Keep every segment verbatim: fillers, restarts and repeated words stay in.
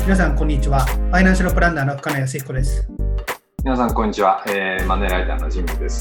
皆さんこんにちは。ファイナンシャルプランナーの深野康彦です。 皆さんこんにちは、えー、マネーライターのジミーです。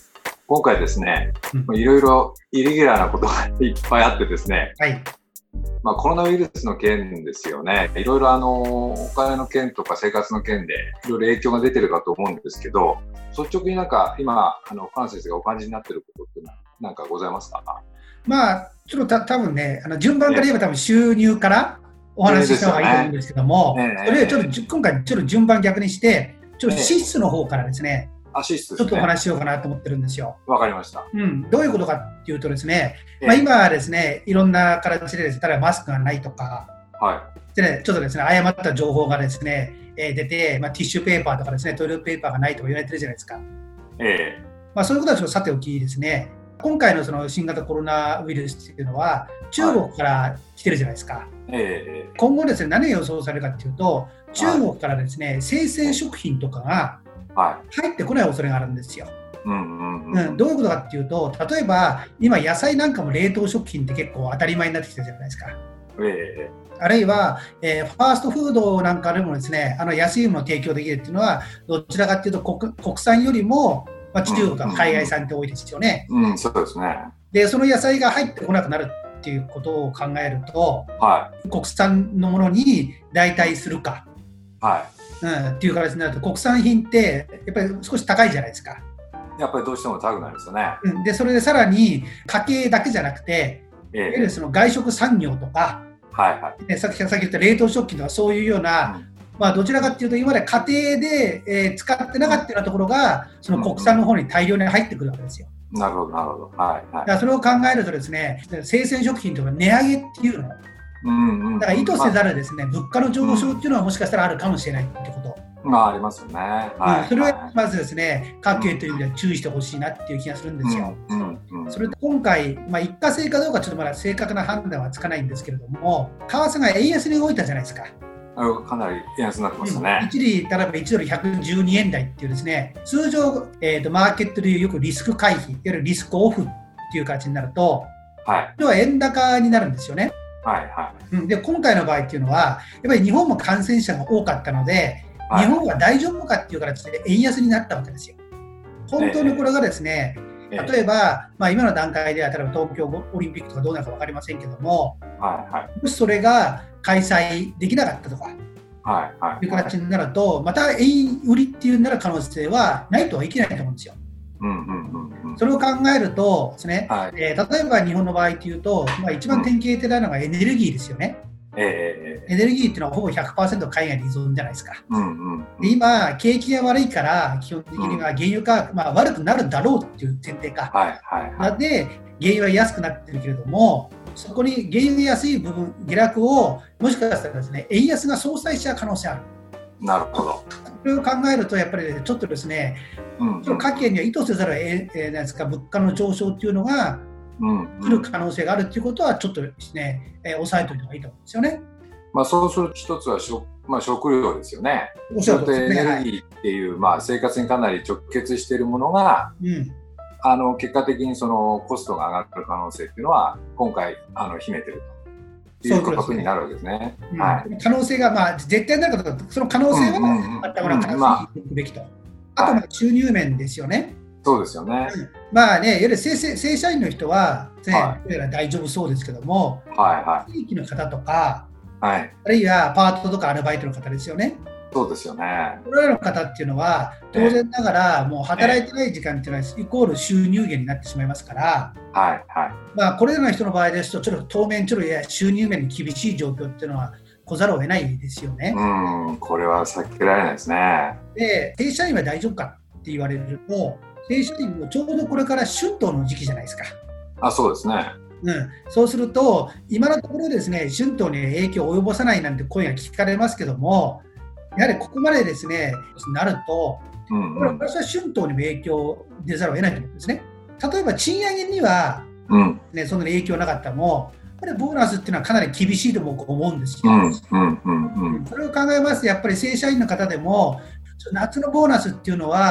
今回ですね、うん、いろいろイレギュラーなことがいっぱいあってですね、 はい、 まあ、コロナウイルスの件ですよね。いろいろあのお金の件とか生活の件でいろいろ影響が出てるかと思うんですけど、率直になんか今あのファン先生がお感じになっていることって何かございますか？ まあちょっとた多分ね、あの順番から言えば多分収入からお話しした方がいいと思うんですけども、ねね、それちょっと今回ちょっと順番逆にしてちょっと支出の方からですね、ねあ支出ですね、 ちょっとお話ししようかなと思ってるんですよ。 わかりました、 うん、どういうことかっていうとですね、まあ、今はですねいろんな形でですね、例えばマスクがないとか、 はい、 でね、ちょっとですね誤った情報がですね、えー、出て、まあ、ティッシュペーパーとかですねトイレットペーパーがないとか言われてるじゃないですか。 えーまあ、そういうことはちょっとさておきですね、今回のその新型コロナウイルスっていうのは中国から来てるじゃないですか。はい、 えー、 今後ですね何が予想されるかっていうと、中国からですね、はい、生鮮食品とかが入ってこない恐れがあるんですよ。うんうん、どういうことかっていうと、例えば今野菜なんかも冷凍食品って結構当たり前になってきてるじゃないですか。 えー、あるいは、えー、ファーストフードなんかでもですね、あの安いものを提供できるっていうのはどちらかっていうと 国, 国産よりもまあ、中国は海外産って多いですよね。 うんうんうん、そうですね。 で、その野菜が入ってこなくなるっていうことを考えると、 はい、 国産のものに代替するか、 はい、 うん、っていう形になると、国産品ってやっぱり少し高いじゃないですか。 やっぱりどうしても高くなるんですよね。 うん、で、それでさらに家計だけじゃなくて、 ええ、 いわゆるその外食産業とか、 はいはい、 ね、さっきさっき言った冷凍食品とかそういうような、うんまあ、どちらかというと今まで家庭で、えー、使ってなかったようなところがその国産の方に大量に入ってくるわけですよ。 うんうん、なるほどなるほど、はいはい、 だからそれを考えるとですね、生鮮食品とか値上げっていうの、うんうん、だから意図せざるですね、まあ、物価の上昇っていうのはもしかしたらあるかもしれないってこと、 まあありますよね、はい、 うん、それはまずですね家計という意味では注意してほしいなっていう気がするんですよ。うんうんうん、それと今回、まあ、一過性かどうかちょっとまだ正確な判断はつかないんですけれども、為替が円安に動いたじゃないですか。 かなり円安になってましたね。 うん、一理、例えばいちドルひゃくじゅうにえん台っていうですね、通常、えーと、マーケットでいうよくリスク回避、いわゆるリスクオフっていう形になると、 はい、 要は円高になるんですよね。 はいはい、 うん、で今回の場合っていうのは、やっぱり日本も感染者が多かったので、はい、日本は大丈夫かっていう形で円安になったわけですよ。本当にこれがですね、えー、例えば、まあ、今の段階では例えば東京オリンピックとかどうなるか分かりませんけども、はいはい、もしそれが開催できなかったとか、はいはい、いう形になると、また円売りっていうなる可能性はないとはいけないと思うんですよ。うんうんうんうん、それを考えるとですね、はいえー、例えば日本の場合というと、まあ、一番典型的なのがエネルギーですよね。うんえー、エネルギーっていうのはほぼ ひゃくパーセント 海外に依存じゃないですか。うんうんうん、で今、景気が悪いから基本的には原油価格、まあ、悪くなるだろうっていう前提か、はいはいはい、なので原油は安くなってるけれども、そこに原油が安い部分、下落をもしかしたらですね、円安が相殺しちゃう可能性ある。なるほど。それを考えると、やっぱりちょっとですね、うんうん、家計には意図せざる、えー、なんですか物価の上昇っていうのが来る可能性があるということは、ちょっとですね、えー、抑えておいた方がいいと思うんですよね。 まあ、そうすると一つは食、まあ、食料ですよね。おっしゃるとおりですね。エネルギーっていう、はいまあ、生活にかなり直結しているものが、うんあの結果的にそのコストが上がる可能性っていうのは今回あの秘めてるということになるわけですね。 うんはい、可能性が、まあ、絶対になるかとかその可能性はあったものを可能性にいくべきと、あとまあ収入面ですよね。はい、 そうですよね。 うん、まあね、いわゆる 正, 正社員の人は、ねはい、大丈夫そうですけども、はいはい、地域の方とか、はい、あるいはパートとかアルバイトの方ですよね。 そうですよね。 これらの方っていうのは当然ながらもう働いてない時間っていうのはイコール収入源になってしまいますから、はいはいまあ、これらの人の場合ですとちょっと当面ちょっとや収入面に厳しい状況っていうのは来ざるを得ないですよね。 うんこれは避けられないですね。 で正社員は大丈夫かって言われると正社員もちょうどこれから春闘の時期じゃないですか。 あそうですね。 うん、そうすると今のところですね春闘に影響を及ぼさないなんて声が聞かれますけどもやはりここまでですねなると、うんうん、私は春闘にも影響出ざるを得ないと思うんですね。例えば賃上げには、うんね、そんなに影響なかったもやっぱりボーナスっていうのはかなり厳しいと僕思うんですよ。うんうんうんうん、それを考えますとやっぱり正社員の方でも夏のボーナスっていうのは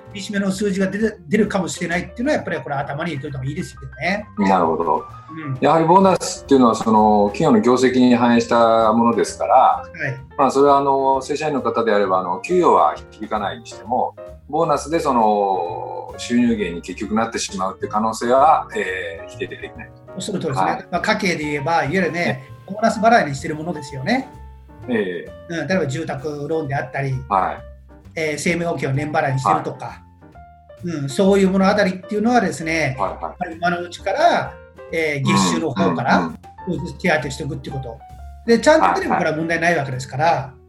厳しめの数字が出る、出るかもしれないっていうのはやっぱりこれ頭に入れておいた方がいいですよね。 なるほど、うん、やはりボーナスっていうのはその企業の業績に反映したものですから、はい、まあ、それはあの正社員の方であればあの給与は響かないにしてもボーナスでその収入源に結局なってしまうっていう可能性は、えー、否定できない。 おっしゃる通りですね、はい、まあ、家計で言えばいわゆるね、ね、ボーナス払いにしているものですよね。えーうん、例えば住宅ローンであったり、はい、えー、生命保険を年払いにしてるとか、はい、うん、そういうものあたりっていうのはですね、はいはい、今のうちから、えー、月収の方から手当てしておくっていうことで、ちゃんと出ればこれは問題ないわけですから、はいはい、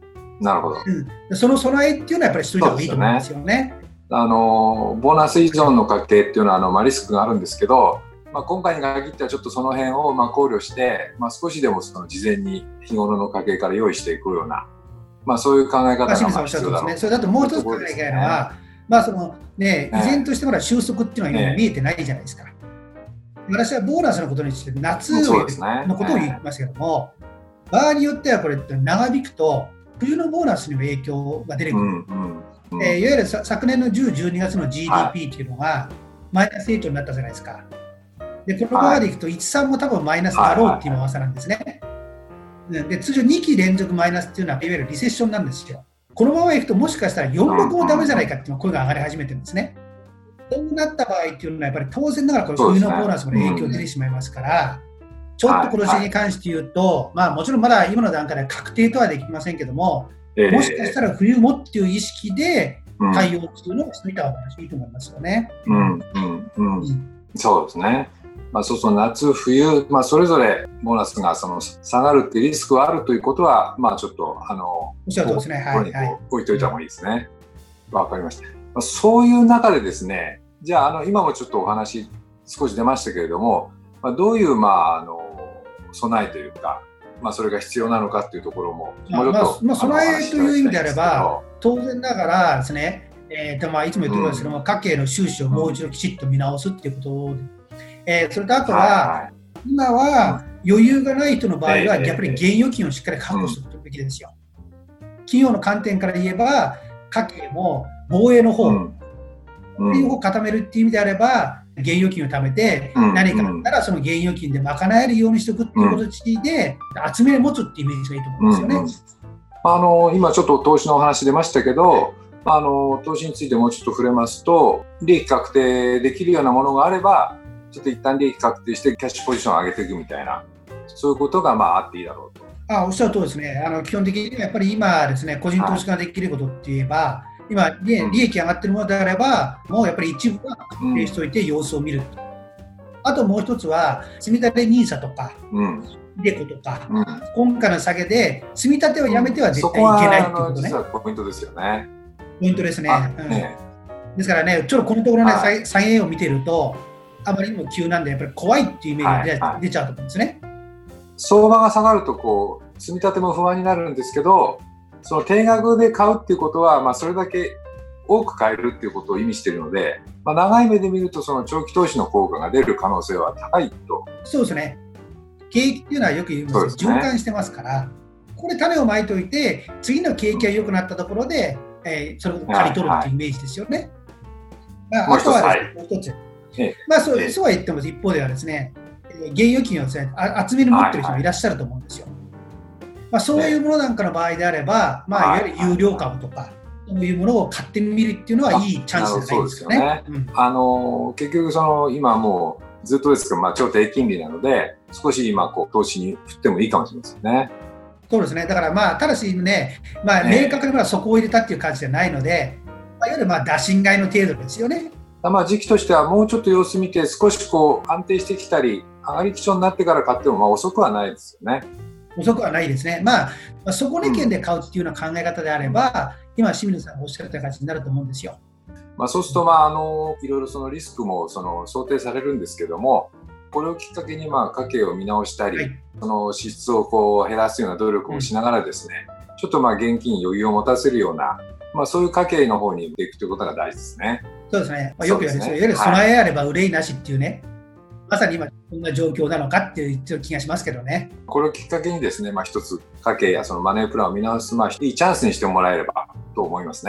なるほど、うん、その備えっていうのはやっぱりしといた方がいいと思うんですよね。 あのボーナス依存の家計っていうのはあの、まあ、リスクがあるんですけど、まあ、今回に限ってはちょっとその辺をまあ考慮して、まあ、少しでもその事前に日頃の家計から用意していくような、まあ、そういう考え方が必要だろうと、 ね、それだともう一つ考えなきゃいけないのは、まあそのね、依然としてまだ収束っていうのは今見えてないじゃないですか。ね、私はボーナスのことについて夏のことを言いますけども、場合によってはこれ長引くと冬のボーナスにも影響が出てくる。うんうんうん、えー、いわゆる昨年のじゅう、じゅうにがつの ジーディーピー っていうのがマイナス成長になったじゃないですか。でこのままでいくといち、さんも多分マイナスだろうっていう噂なんですね。で通常にき連続マイナスっていうのはいわゆるリセッションなんですよ。このままいくともしかしたらよん、ろくもダメじゃないかっていう声が上がり始めてるんですね。そうなった場合っていうのはやっぱり当然ながらこれ冬のボーナスも影響出てしまいますから、ちょっとこの事に関して言うと、まあもちろんまだ今の段階では確定とはできませんけども、もしかしたら冬もっていう意識で対応するのをしてみた方がいいと思いますよね。 うんうんうんうん、そうですね。まあ、そうそう夏冬、まあ、それぞれボーナスがその下がるっていうリスクはあるということは、まあ、ちょっとあのおっしゃるとおりですね、はいはい、 置いといた方がいいですね。わかりました。まあ、そういう中でですね、じゃあ、あの今もちょっとお話少し出ましたけれども、まあ、どういう、まあ、あの備えというか、まあ、それが必要なのかっていうところももうちょっと、まあまあ、 備えという意味であれば当然ながらですね、えーとまあ、いつも言ってるんですけども、うん、家計の収支をもう一度きちっと見直すっていうことで、えー、それとあとは、はいはい、今は余裕がない人の場合は逆に現預金をしっかり確保するべきですよ。企業の観点から言えば家計も防衛の方、うんうん、を固めるっていう意味であれば現預金を貯めて、うん、何かあったらその現預金で賄えるようにしておくっていう形で、うん、集め持つっていうイメージがいいと思うんですよね。うんうん、 あの今ちょっと投資のお話出ましたけど、あの投資についてもうちょっと触れますと、利益確定できるようなものがあればちょっと一旦利益確定してキャッシュポジションを上げていくみたいな、そういうことがまああっていいだろうと。 あ、おっしゃるとおりですね。あの基本的にやっぱり今ですね、個人投資家ができることって言えば、はい、今、ね、利益上がってるものであれば、もうやっぱり一部は確定しておいて様子を見る、うん、あともう一つは積み立て ニーサ とか、うん、デコとか、うん、今回の下げで積み立てをやめては絶対いけないっていうことね。 そこは実はポイントですよね。 ポイントですね。うん、ですからね、ちょっとこのところね、はい、下げを見てるとあまりにも急なんでやっぱり怖いっていうイメージが出ちゃうと思うんですね。はいはい、 相場が下がるとこう積み立ても不安になるんですけど、その定額で買うっていうことは、まあ、それだけ多く買えるっていうことを意味しているので、まあ、長い目で見るとその長期投資の効果が出る可能性は高いと。 そうですね。景気っていうのはよく言うんですけど、循環してますから、これ種をまいておいて次の景気が良くなったところで、えー、それを刈り取るっていうイメージですよね。はいはい、まあ、あとはですね、もう一つ、ええまあ、そう、ええ、そうは言っても一方ではですね、現預金をですね、集める持ってる人もいらっしゃると思うんですよ。はいはい、まあ、そういうものなんかの場合であれば、まあ、いわゆる有料株とか、そういうものを買ってみるっていうのはいいチャンスじゃないですかね。うん、あの結局その今もうずっとですけど、まあ、超低金利なので少し今こう投資に振ってもいいかもしれませんね。 そうですね。だからまあただしね、まあ、明確にまだそこを入れたっていう感じじゃないので、まあ、いわゆるまあ打診買いの程度ですよね。 まあ時期としてはもうちょっと様子見て少しこう安定してきたり上がり基調になってから買ってもまあ遅くはないですよね。 遅くはないですね。まあ、まあ、底値圏で買うっていうような考え方であれば、うん、今清水さんがおっしゃった感じになると思うんですよ。 まあ、そうすると、まあ、あのいろいろそのリスクもその想定されるんですけども、これをきっかけにまあ家計を見直したり、はい、その支出をこう減らすような努力をしながらですね、うん、ちょっとまあ現金余裕を持たせるような、まあ、そういう家計の方に行くということが大事ですね。 そうですね。まあ、よく言われる、ね、いわゆる備えあれば憂いなしっていうね、はい、まさに今こんな状況なのかっていう気がしますけどね。 これをきっかけにですね、まあ、一つ家計やそのマネープランを見直す、まあ、いいチャンスにしてもらえればと思いますね。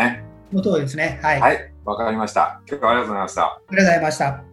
その通りですね。はい。 はい、わかりました。今日はありがとうございました。 ありがとうございました。